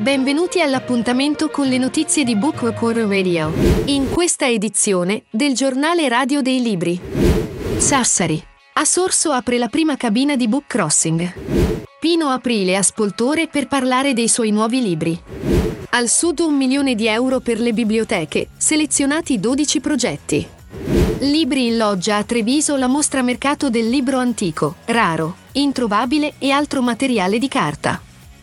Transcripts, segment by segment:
Benvenuti all'appuntamento con le notizie di Book Reporter Radio. In questa edizione del giornale radio dei libri. Sassari. A Sorso apre la prima cabina di Book Crossing. Pino Aprile a Spoltore per parlare dei suoi nuovi libri. Al Sud 1 milione di euro per le biblioteche, selezionati 12 progetti. Libri in loggia a Treviso, la mostra mercato del libro antico, raro, introvabile e altro materiale di carta.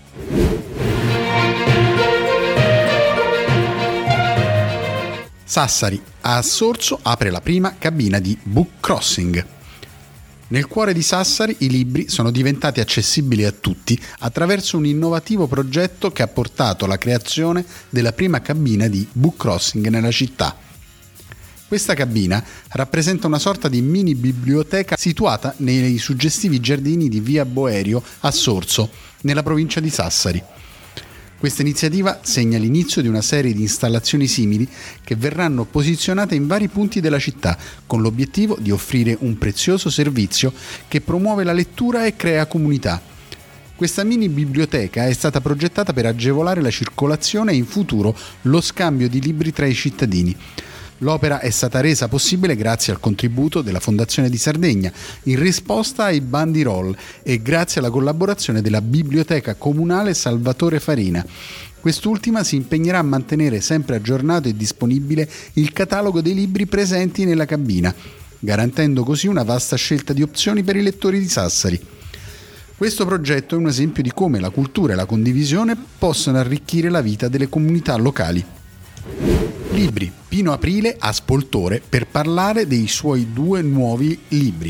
Sassari, a Sorso apre la prima cabina di Book Crossing. Nel cuore di Sassari i libri sono diventati accessibili a tutti attraverso un innovativo progetto che ha portato alla creazione della prima cabina di Book Crossing nella città. Questa cabina rappresenta una sorta di mini biblioteca situata nei suggestivi giardini di Via Boerio a Sorso, nella provincia di Sassari. Questa iniziativa segna l'inizio di una serie di installazioni simili che verranno posizionate in vari punti della città, con l'obiettivo di offrire un prezioso servizio che promuove la lettura e crea comunità. Questa mini biblioteca è stata progettata per agevolare la circolazione e in futuro lo scambio di libri tra i cittadini. L'opera è stata resa possibile grazie al contributo della Fondazione di Sardegna, in risposta ai bandi ROL e grazie alla collaborazione della Biblioteca Comunale Salvatore Farina. Quest'ultima si impegnerà a mantenere sempre aggiornato e disponibile il catalogo dei libri presenti nella cabina, garantendo così una vasta scelta di opzioni per i lettori di Sassari. Questo progetto è un esempio di come la cultura e la condivisione possono arricchire la vita delle comunità locali. Libri. Pino Aprile a Spoltore per parlare dei suoi 2 nuovi libri.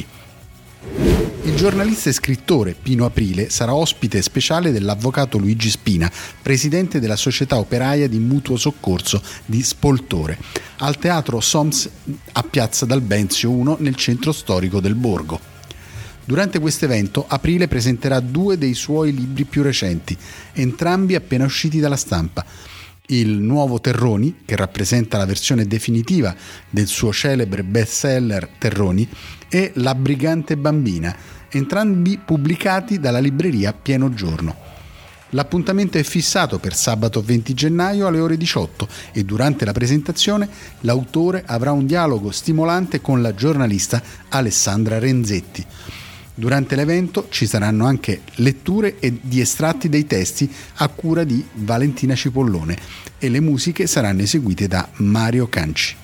Il giornalista e scrittore Pino Aprile sarà ospite speciale dell'avvocato Luigi Spina, presidente della società operaia di mutuo soccorso di Spoltore, al teatro Soms a Piazza D'Albenzio 1 nel centro storico del borgo. Durante questo evento Aprile presenterà 2 dei suoi libri più recenti, entrambi appena usciti dalla stampa. Il Nuovo Terroni, che rappresenta la versione definitiva del suo celebre bestseller Terroni, e La Brigante Bambina, entrambi pubblicati dalla libreria Pieno Giorno. L'appuntamento è fissato per sabato 20 gennaio alle ore 18 e durante la presentazione l'autore avrà un dialogo stimolante con la giornalista Alessandra Renzetti. Durante l'evento ci saranno anche letture di estratti dei testi a cura di Valentina Cipollone e le musiche saranno eseguite da Mario Canci.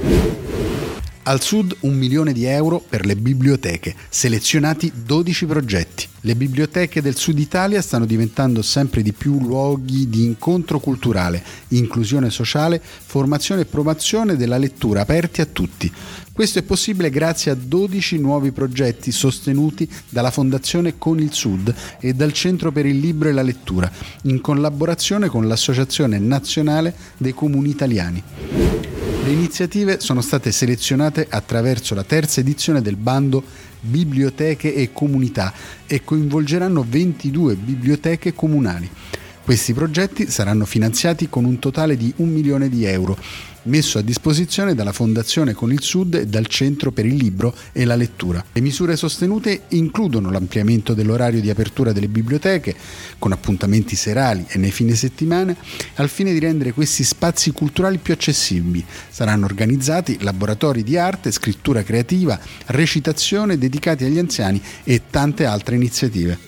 Al Sud 1 milione di euro per le biblioteche, selezionati 12 progetti. Le biblioteche del Sud Italia stanno diventando sempre di più luoghi di incontro culturale, inclusione sociale, formazione e promozione della lettura aperti a tutti. Questo è possibile grazie a 12 nuovi progetti sostenuti dalla Fondazione Con il Sud e dal Centro per il Libro e la Lettura, in collaborazione con l'Associazione Nazionale dei Comuni Italiani. Le iniziative sono state selezionate attraverso la 3ª edizione del bando Biblioteche e Comunità e coinvolgeranno 22 biblioteche comunali. Questi progetti saranno finanziati con un totale di 1 milione di euro, messo a disposizione dalla Fondazione Con il Sud e dal Centro per il Libro e la Lettura. Le misure sostenute includono l'ampliamento dell'orario di apertura delle biblioteche, con appuntamenti serali e nei fine settimana, al fine di rendere questi spazi culturali più accessibili. Saranno organizzati laboratori di arte, scrittura creativa, recitazione dedicati agli anziani e tante altre iniziative.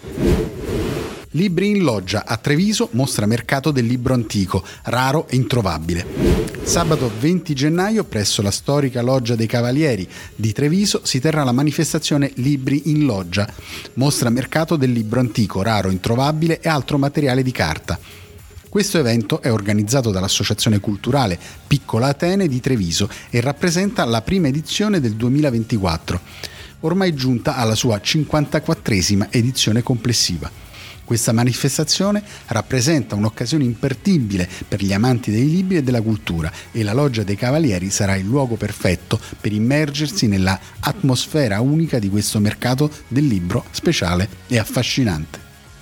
Libri in loggia a Treviso, mostra mercato del libro antico, raro e introvabile. Sabato 20 gennaio presso la storica Loggia dei Cavalieri di Treviso si terrà la manifestazione Libri in loggia, mostra mercato del libro antico, raro, introvabile e altro materiale di carta. Questo evento è organizzato dall'Associazione Culturale Piccola Atene di Treviso e rappresenta la prima edizione del 2024, ormai giunta alla sua 54esima edizione complessiva. Questa manifestazione rappresenta un'occasione imperdibile per gli amanti dei libri e della cultura e la Loggia dei Cavalieri sarà il luogo perfetto per immergersi nella atmosfera unica di questo mercato del libro speciale e affascinante.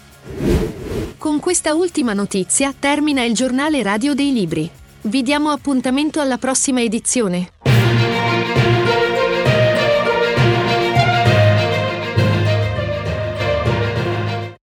Con questa ultima notizia termina il giornale radio dei libri. Vi diamo appuntamento alla prossima edizione.